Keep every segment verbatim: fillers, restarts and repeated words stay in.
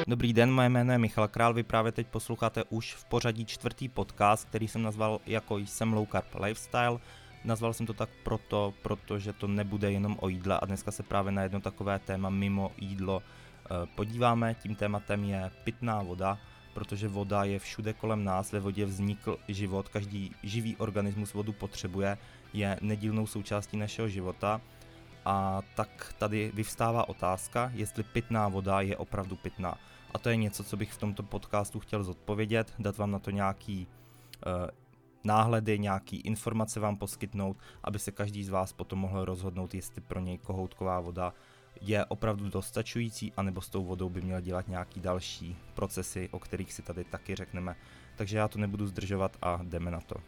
Dobrý den, moje jméno je Michal Král, vy právě teď posloucháte už v pořadí čtvrtý podcast, který jsem nazval jako Jsem Low Carb Lifestyle. Nazval jsem to tak proto, protože to nebude jenom o jídle a dneska se právě na jedno takové téma mimo jídlo podíváme. Tím tématem je pitná voda, protože voda je všude kolem nás, ve vodě vznikl život, každý živý organismus vodu potřebuje, je nedílnou součástí našeho života. A tak tady vyvstává otázka, jestli pitná voda je opravdu pitná. A to je něco, co bych v tomto podcastu chtěl zodpovědět, dát vám na to nějaký uh, náhledy, nějaký informace vám poskytnout, aby se každý z vás potom mohl rozhodnout, jestli pro něj kohoutková voda je opravdu dostačující, anebo s tou vodou by měl dělat nějaký další procesy, o kterých si tady taky řekneme. Takže já to nebudu zdržovat a jdeme na to.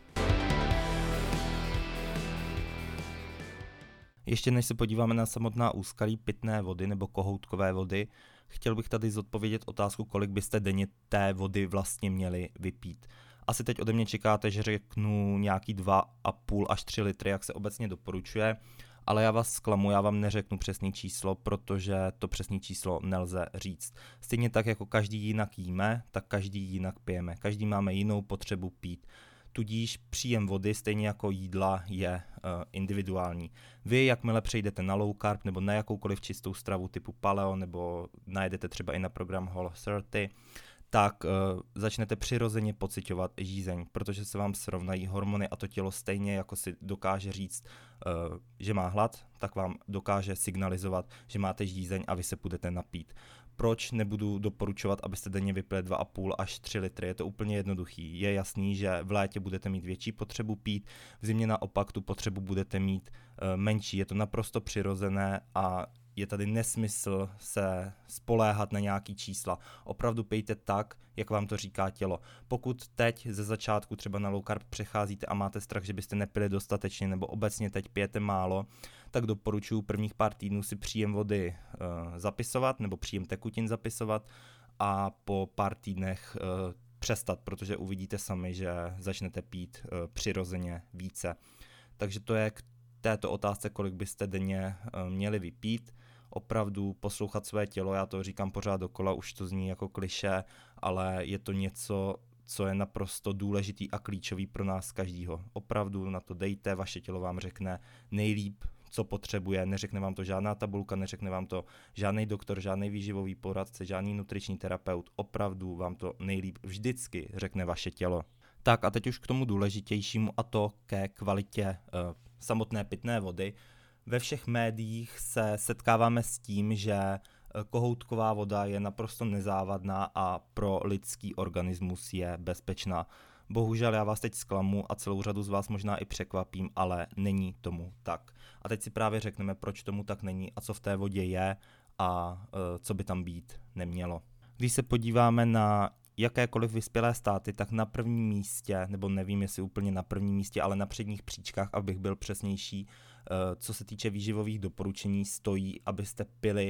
Ještě než se podíváme na samotná úskalí pitné vody nebo kohoutkové vody, chtěl bych tady zodpovědět otázku, kolik byste denně té vody vlastně měli vypít. Asi teď ode mě čekáte, že řeknu nějaký dva a půl až tři litry, jak se obecně doporučuje, ale já vás zklamu, já vám neřeknu přesné číslo, protože to přesné číslo nelze říct. Stejně tak, jako každý jinak jíme, tak každý jinak pijeme. Každý máme jinou potřebu pít. Tudíž příjem vody, stejně jako jídla, je uh, individuální. Vy, jakmile přejdete na low carb nebo na jakoukoliv čistou stravu typu paleo, nebo najedete třeba i na program Whole třicet, tak uh, začnete přirozeně pociťovat žízeň, protože se vám srovnají hormony a to tělo stejně jako si dokáže říct, uh, že má hlad, tak vám dokáže signalizovat, že máte žízeň a vy se půjdete napít. Proč nebudu doporučovat, abyste denně vypili dva a půl až tři litry? Je to úplně jednoduchý. Je jasný, že v létě budete mít větší potřebu pít, v zimě naopak tu potřebu budete mít uh, menší. Je to naprosto přirozené a je tady nesmysl se spoléhat na nějaký čísla. Opravdu pijte tak, jak vám to říká tělo. Pokud teď ze začátku třeba na low carb přecházíte a máte strach, že byste nepili dostatečně nebo obecně teď pijete málo, tak doporučuji prvních pár týdnů si příjem vody uh, zapisovat nebo příjem tekutin zapisovat a po pár týdnech uh, přestat, protože uvidíte sami, že začnete pít uh, přirozeně více. Takže to je k této otázce, kolik byste denně uh, měli vypít. Opravdu poslouchat své tělo, já to říkám pořád dokola, už to zní jako klišé, ale je to něco, co je naprosto důležitý a klíčový pro nás každýho. Opravdu na to dejte, vaše tělo vám řekne nejlíp, co potřebuje, neřekne vám to žádná tabulka, neřekne vám to žádný doktor, žádný výživový poradce, žádný nutriční terapeut, opravdu vám to nejlíp vždycky řekne vaše tělo. Tak a teď už k tomu důležitějšímu, a to ke kvalitě uh, samotné pitné vody. Ve všech médiích se setkáváme s tím, že kohoutková voda je naprosto nezávadná a pro lidský organismus je bezpečná. Bohužel já vás teď zklamu a celou řadu z vás možná i překvapím, ale není tomu tak. A teď si právě řekneme, proč tomu tak není a co v té vodě je a e, co by tam být nemělo. Když se podíváme na jakékoliv vyspělé státy, tak na prvním místě, nebo nevím jestli úplně na prvním místě, ale na předních příčkách, abych byl přesnější, co se týče výživových doporučení, stojí, abyste pili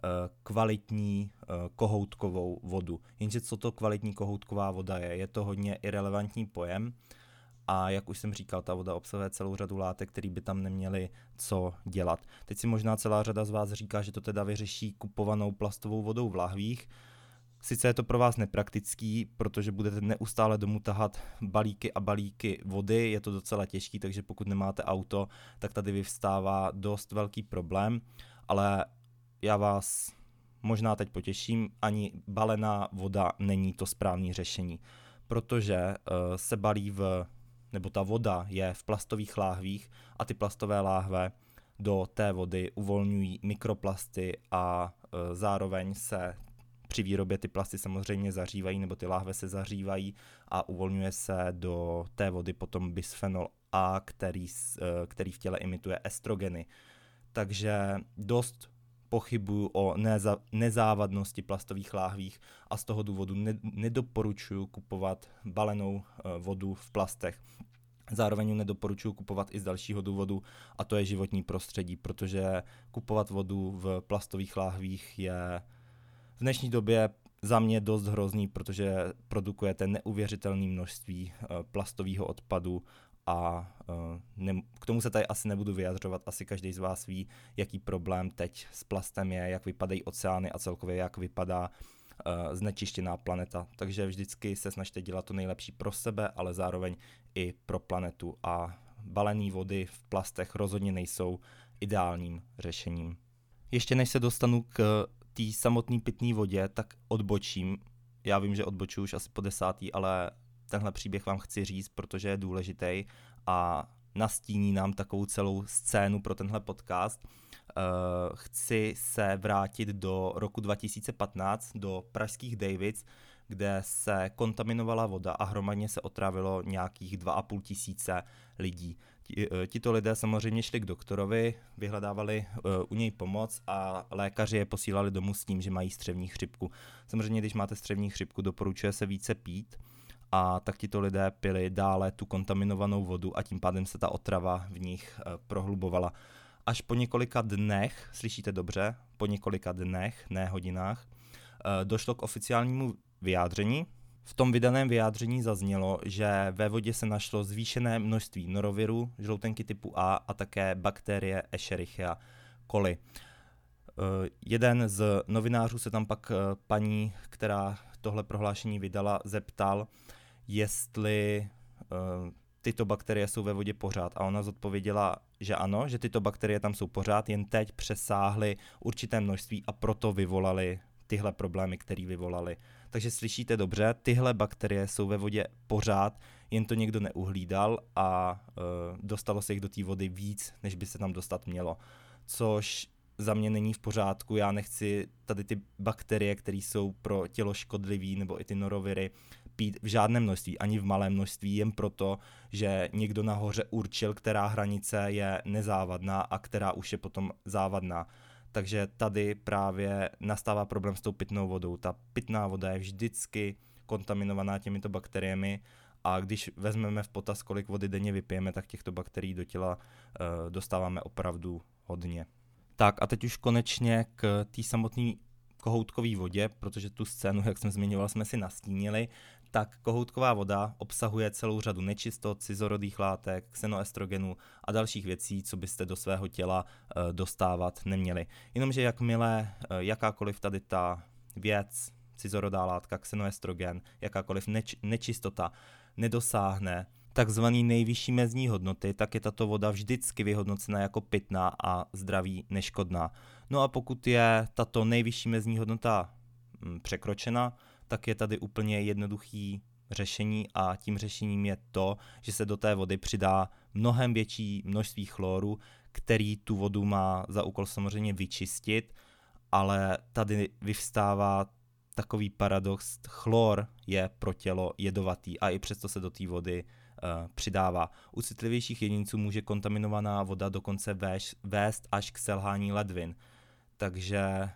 kvalitní kohoutkovou vodu. Jenže co to kvalitní kohoutková voda je? Je to hodně irelevantní pojem a jak už jsem říkal, ta voda obsahuje celou řadu látek, které by tam neměly co dělat. Teď si možná celá řada z vás říká, že to teda vyřeší kupovanou plastovou vodou v lahvích. Sice je to pro vás nepraktický, protože budete neustále domů tahat balíky a balíky vody, je to docela těžký, takže pokud nemáte auto, tak tady vyvstává dost velký problém, ale já vás možná teď potěším, ani balená voda není to správné řešení, protože uh, se balí v, nebo ta voda je v plastových láhvích a ty plastové láhve do té vody uvolňují mikroplasty a uh, zároveň se při výrobě ty plasty samozřejmě zařívají, nebo ty láhve se zařívají a uvolňuje se do té vody potom bisfenol A, který, který v těle imituje estrogeny. Takže dost pochybuju o neza, nezávadnosti plastových láhvích a z toho důvodu ne, nedoporučuji kupovat balenou vodu v plastech. Zároveň ji nedoporučuji kupovat i z dalšího důvodu, a to je životní prostředí, protože kupovat vodu v plastových láhvích je v dnešní době za mě dost hrozný, protože produkujete neuvěřitelné množství plastového odpadu a ne, k tomu se tady asi nebudu vyjadřovat, asi každý z vás ví, jaký problém teď s plastem je, jak vypadají oceány a celkově jak vypadá uh, znečištěná planeta. Takže vždycky se snažte dělat to nejlepší pro sebe, ale zároveň i pro planetu. A balené vody v plastech rozhodně nejsou ideálním řešením. Ještě než se dostanu k té samotné pitné vodě, tak odbočím. Já vím, že odbočuji už asi po desátý, ale tenhle příběh vám chci říct, protože je důležitý a nastíní nám takovou celou scénu pro tenhle podcast. Uh, chci se vrátit do roku dva tisíce patnáct, do pražských Davids, kde se kontaminovala voda a hromadně se otrávilo nějakých dva a půl tisíce lidí. Tito lidé samozřejmě šli k doktorovi, vyhledávali uh, u něj pomoc a lékaři je posílali domů s tím, že mají střevní chřipku. Samozřejmě, když máte střevní chřipku, doporučuje se více pít a tak tito lidé pili dále tu kontaminovanou vodu a tím pádem se ta otrava v nich uh, prohlubovala. Až po několika dnech, slyšíte dobře, po několika dnech, ne hodinách, uh, došlo k oficiálnímu vyjádření. V tom vydaném vyjádření zaznělo, že ve vodě se našlo zvýšené množství noroviru, žloutenky typu A a také bakterie Escherichia coli. Uh, jeden z novinářů se tam pak uh, paní, která tohle prohlášení vydala, zeptal, jestli uh, tyto bakterie jsou ve vodě pořád. A ona zodpověděla, že ano, že tyto bakterie tam jsou pořád, jen teď přesáhly určité množství a proto vyvolaly tyhle problémy, které vyvolaly. Takže slyšíte dobře, tyhle bakterie jsou ve vodě pořád, jen to někdo neuhlídal a e, dostalo se jich do té vody víc, než by se tam dostat mělo. Což za mě není v pořádku, já nechci tady ty bakterie, které jsou pro tělo škodlivé, nebo i ty noroviry, pít v žádném množství, ani v malém množství, jen proto, že někdo nahoře určil, která hranice je nezávadná a která už je potom závadná. Takže tady právě nastává problém s tou pitnou vodou. Ta pitná voda je vždycky kontaminovaná těmito bakteriemi a když vezmeme v potaz, kolik vody denně vypijeme, tak těchto bakterií do těla e, dostáváme opravdu hodně. Tak a teď už konečně k té samotné kohoutkové vodě, protože tu scénu, jak jsem zmiňoval, jsme si nastínili, tak kohoutková voda obsahuje celou řadu nečistot, cizorodých látek, xenoestrogenů a dalších věcí, co byste do svého těla e, dostávat neměli. Jenomže jakmile e, jakákoliv tady ta věc, cizorodá látka, xenoestrogen, jakákoliv neč- nečistota nedosáhne takzvaný nejvyšší mezní hodnoty, tak je tato voda vždycky vyhodnocena jako pitná a zdraví neškodná. No a pokud je tato nejvyšší mezní hodnota hm, překročena, tak je tady úplně jednoduchý řešení a tím řešením je to, že se do té vody přidá mnohem větší množství chloru, který tu vodu má za úkol samozřejmě vyčistit, ale tady vyvstává takový paradox, chlor je pro tělo jedovatý a i přesto se do té vody uh, přidává. U citlivějších jedinců může kontaminovaná voda dokonce véž, vést až k selhání ledvin, takže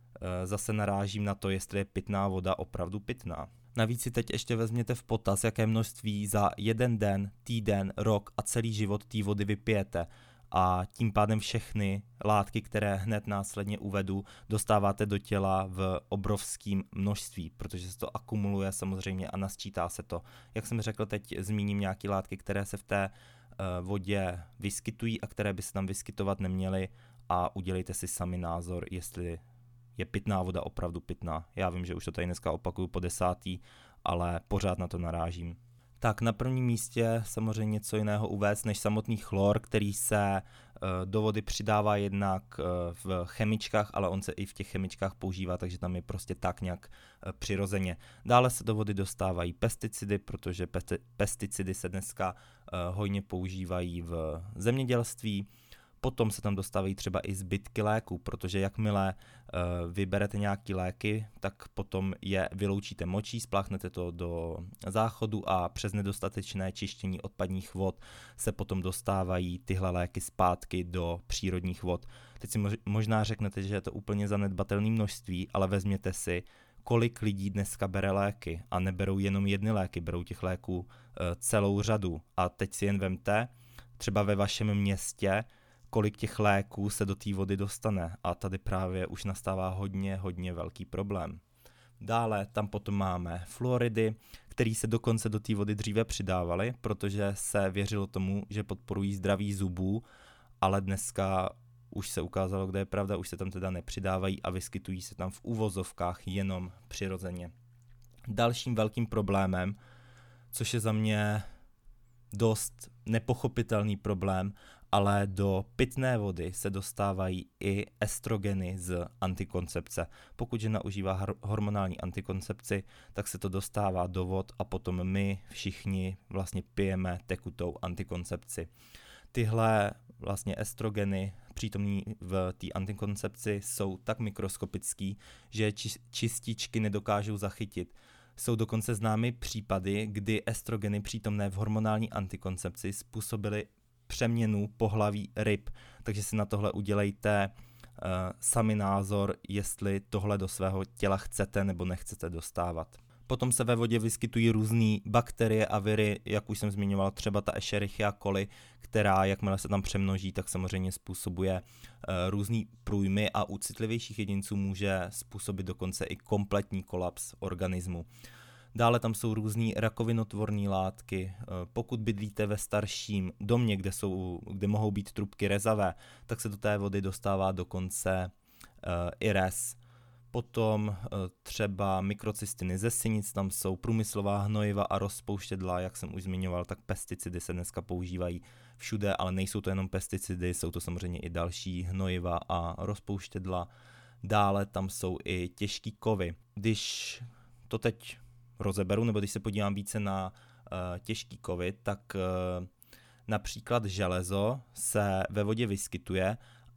zase narážím na to, jestli je pitná voda opravdu pitná. Navíc si teď ještě vezměte v potaz, jaké množství za jeden den, týden, rok a celý život té vody vypijete. A tím pádem všechny látky, které hned následně uvedu, dostáváte do těla v obrovském množství, protože se to akumuluje samozřejmě a nasčítá se to. Jak jsem řekl, teď zmíním nějaké látky, které se v té uh, vodě vyskytují a které by se tam vyskytovat neměly a udělejte si sami názor, jestli je pitná voda opravdu pitná. Já vím, že už to tady dneska opakuju po desátý, ale pořád na to narážím. Tak na prvním místě samozřejmě něco jiného uvést než samotný chlor, který se do vody přidává jednak v chemičkách, ale on se i v těch chemičkách používá, takže tam je prostě tak nějak přirozeně. Dále se do vody dostávají pesticidy, protože pesticidy se dneska hojně používají v zemědělství. Potom se tam dostávají třeba i zbytky léků, protože jakmile uh, vyberete nějaký léky, tak potom je vyloučíte močí, spláchnete to do záchodu a přes nedostatečné čištění odpadních vod se potom dostávají tyhle léky zpátky do přírodních vod. Teď si možná řeknete, že je to úplně zanedbatelné množství, ale vezměte si, kolik lidí dneska bere léky a neberou jenom jedny léky, berou těch léků uh, celou řadu. A teď si jen vemte, třeba ve vašem městě, kolik těch léků se do té vody dostane a tady právě už nastává hodně, hodně velký problém. Dále tam potom máme fluoridy, které se dokonce do té vody dříve přidávaly, protože se věřilo tomu, že podporují zdraví zubů, ale dneska už se ukázalo, kde je pravda, už se tam teda nepřidávají a vyskytují se tam v uvozovkách jenom přirozeně. Dalším velkým problémem, což je za mě dost nepochopitelný problém, ale do pitné vody se dostávají i estrogeny z antikoncepce. Pokud žena užívá hormonální antikoncepci, tak se to dostává do vod a potom my všichni vlastně pijeme tekutou antikoncepci. Tyhle vlastně estrogeny přítomný v té antikoncepci jsou tak mikroskopický, že čističky nedokážou zachytit. Jsou dokonce známy případy, kdy estrogeny přítomné v hormonální antikoncepci způsobily přeměnu pohlaví ryb, takže si na tohle udělejte uh, sami názor, jestli tohle do svého těla chcete nebo nechcete dostávat. Potom se ve vodě vyskytují různé bakterie a viry, jak už jsem zmiňoval, třeba ta Escherichia coli, která jakmile se tam přemnoží, tak samozřejmě způsobuje uh, různý průjmy a u citlivějších jedinců může způsobit dokonce i kompletní kolaps organismu. Dále tam jsou různý rakovinotvorné látky. Pokud bydlíte ve starším domě, kde, jsou, kde mohou být trubky rezavé, tak se do té vody dostává dokonce uh, i rez. Potom uh, třeba mikrocystiny ze sinic, tam jsou průmyslová hnojiva a rozpouštědla, jak jsem už zmiňoval, tak pesticidy se dneska používají všude, ale nejsou to jenom pesticidy, jsou to samozřejmě i další hnojiva a rozpouštědla. Dále tam jsou i těžký kovy. Když to teď rozeberu, nebo když se podívám více na uh, těžký kovy, tak uh, například železo se ve vodě vyskytuje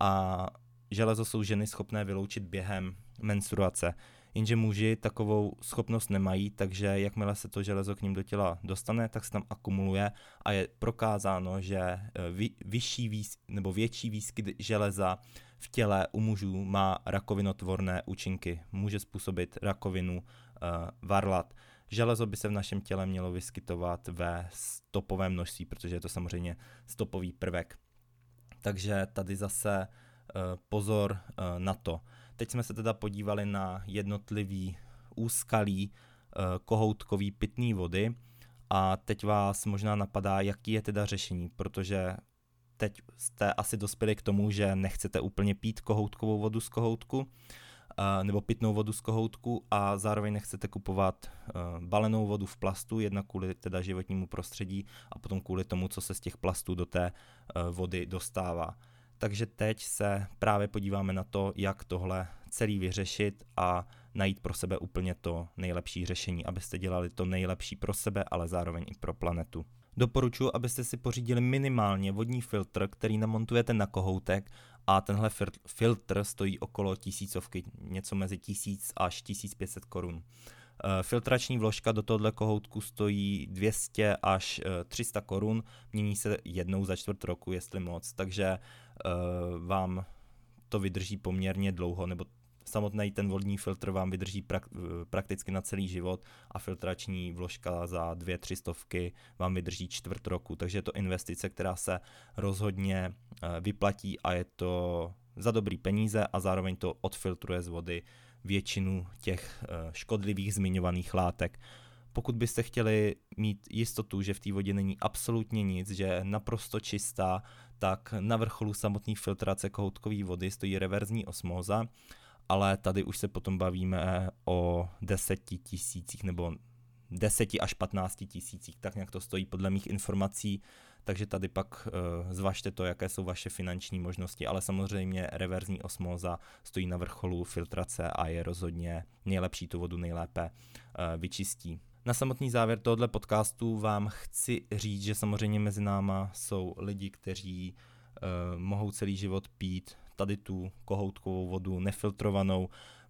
a železo jsou ženy schopné vyloučit během menstruace. Jenže muži takovou schopnost nemají, takže jakmile se to železo k ním do těla dostane, tak se tam akumuluje a je prokázáno, že vy, vyšší výs, nebo větší výskyt železa v těle u mužů má rakovinotvorné účinky. Může způsobit rakovinu uh, varlat. Železo by se v našem těle mělo vyskytovat ve stopovém množství, protože je to samozřejmě stopový prvek. Takže tady zase uh, pozor uh, na to. Teď jsme se teda podívali na jednotlivý úskalí uh, kohoutkový pitné vody a teď vás možná napadá, jaký je teda řešení, protože teď jste asi dospěli k tomu, že nechcete úplně pít kohoutkovou vodu z kohoutku, nebo pitnou vodu z kohoutku a zároveň nechcete kupovat uh, balenou vodu v plastu, jednak kvůli teda životnímu prostředí a potom kvůli tomu, co se z těch plastů do té uh, vody dostává. Takže teď se právě podíváme na to, jak tohle celý vyřešit a najít pro sebe úplně to nejlepší řešení, abyste dělali to nejlepší pro sebe, ale zároveň i pro planetu. Doporučuji, abyste si pořídili minimálně vodní filtr, který namontujete na kohoutek a tenhle filtr stojí okolo tisícovky, něco mezi tisíc až tisíc pět set korun. Filtrační vložka do tohoto kohoutku stojí dvě stě až tři sta korun, mění se jednou za čtvrt roku, jestli moc, takže uh, vám to vydrží poměrně dlouho, nebo samotný ten vodní filtr vám vydrží prak- prakticky na celý život a filtrační vložka za dvě, tři stovky vám vydrží čtvrt roku, takže je to investice, která se rozhodně uh, vyplatí a je to za dobrý peníze a zároveň to odfiltruje z vody většinu těch škodlivých zmiňovaných látek. Pokud byste chtěli mít jistotu, že v té vodě není absolutně nic, že je naprosto čistá, tak na vrcholu samotné filtrace kohoutkové vody stojí reverzní osmóza, ale tady už se potom bavíme o deseti tisících nebo deseti až patnácti tisících, tak nějak to stojí podle mých informací, takže tady pak uh, zvažte to, jaké jsou vaše finanční možnosti, ale samozřejmě reverzní osmóza stojí na vrcholu filtrace a je rozhodně nejlepší, tu vodu nejlépe uh, vyčistí. Na samotný závěr tohoto podcastu vám chci říct, že samozřejmě mezi náma jsou lidi, kteří uh, mohou celý život pít tady tu kohoutkovou vodu nefiltrovanou,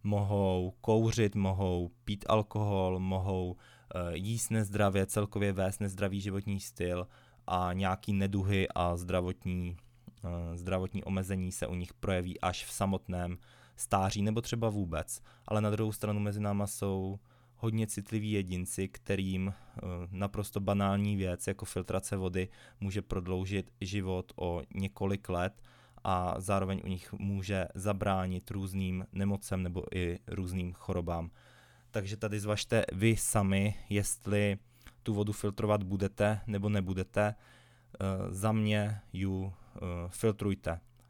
mohou kouřit, mohou pít alkohol, mohou uh, jíst nezdravě, celkově vést nezdravý životní styl a nějaký neduhy a zdravotní, uh, zdravotní omezení se u nich projeví až v samotném stáří nebo třeba vůbec. Ale na druhou stranu mezi náma jsou hodně citliví jedinci, kterým uh, naprosto banální věc jako filtrace vody může prodloužit život o několik let a zároveň u nich může zabránit různým nemocem nebo i různým chorobám. Takže tady zvažte vy sami, jestli tu vodu filtrovat budete nebo nebudete. E, za mě ju e, filtrujte.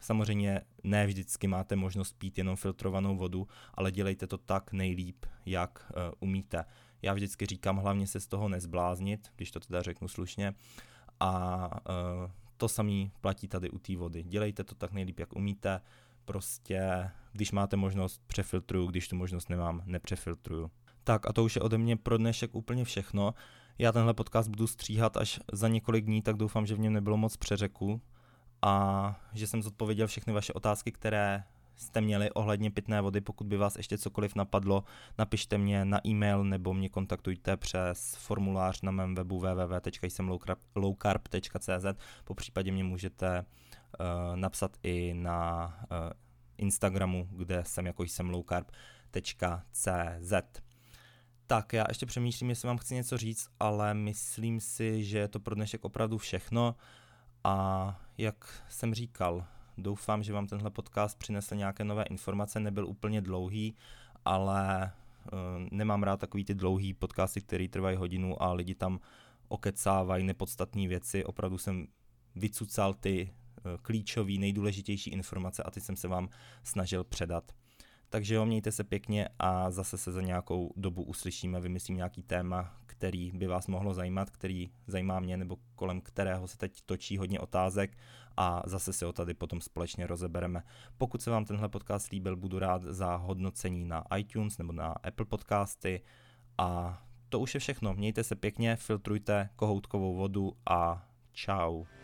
Samozřejmě ne vždycky máte možnost pít jenom filtrovanou vodu, ale dělejte to tak nejlíp, jak uh, umíte. Já vždycky říkám, hlavně se z toho nezbláznit, když to teda řeknu slušně, a uh, to samé platí tady u té vody. Dělejte to tak nejlíp, jak umíte, prostě když máte možnost, přefiltruju, když tu možnost nemám, nepřefiltruju. Tak a to už je ode mě pro dnešek úplně všechno. Já tenhle podcast budu stříhat až za několik dní, tak doufám, že v něm nebylo moc přeřeku a že jsem zodpověděl všechny vaše otázky, které jste měli ohledně pitné vody. Pokud by vás ještě cokoliv napadlo, napište mě na e-mail nebo mě kontaktujte přes formulář na mém webu w w w tečka jsem low carb tečka c z. Po případě mě můžete uh, napsat i na uh, Instagramu, kde jsem jako jsem low carb tečka c z. Tak, já ještě přemýšlím, jestli vám chci něco říct, ale myslím si, že je to pro dnešek opravdu všechno a jak jsem říkal, doufám, že vám tenhle podcast přinesl nějaké nové informace, nebyl úplně dlouhý, ale uh, nemám rád takový ty dlouhý podcasty, které trvají hodinu a lidi tam okecávají nepodstatné věci, opravdu jsem vycucal ty uh, klíčové, nejdůležitější informace a ty jsem se vám snažil předat. Takže jo, mějte se pěkně a zase se za nějakou dobu uslyšíme, vymyslím nějaký téma, který by vás mohlo zajímat, který zajímá mě nebo kolem kterého se teď točí hodně otázek a zase si ho tady potom společně rozebereme. Pokud se vám tenhle podcast líbil, budu rád za hodnocení na iTunes nebo na Apple Podcasty a to už je všechno. Mějte se pěkně, filtrujte kohoutkovou vodu a čau.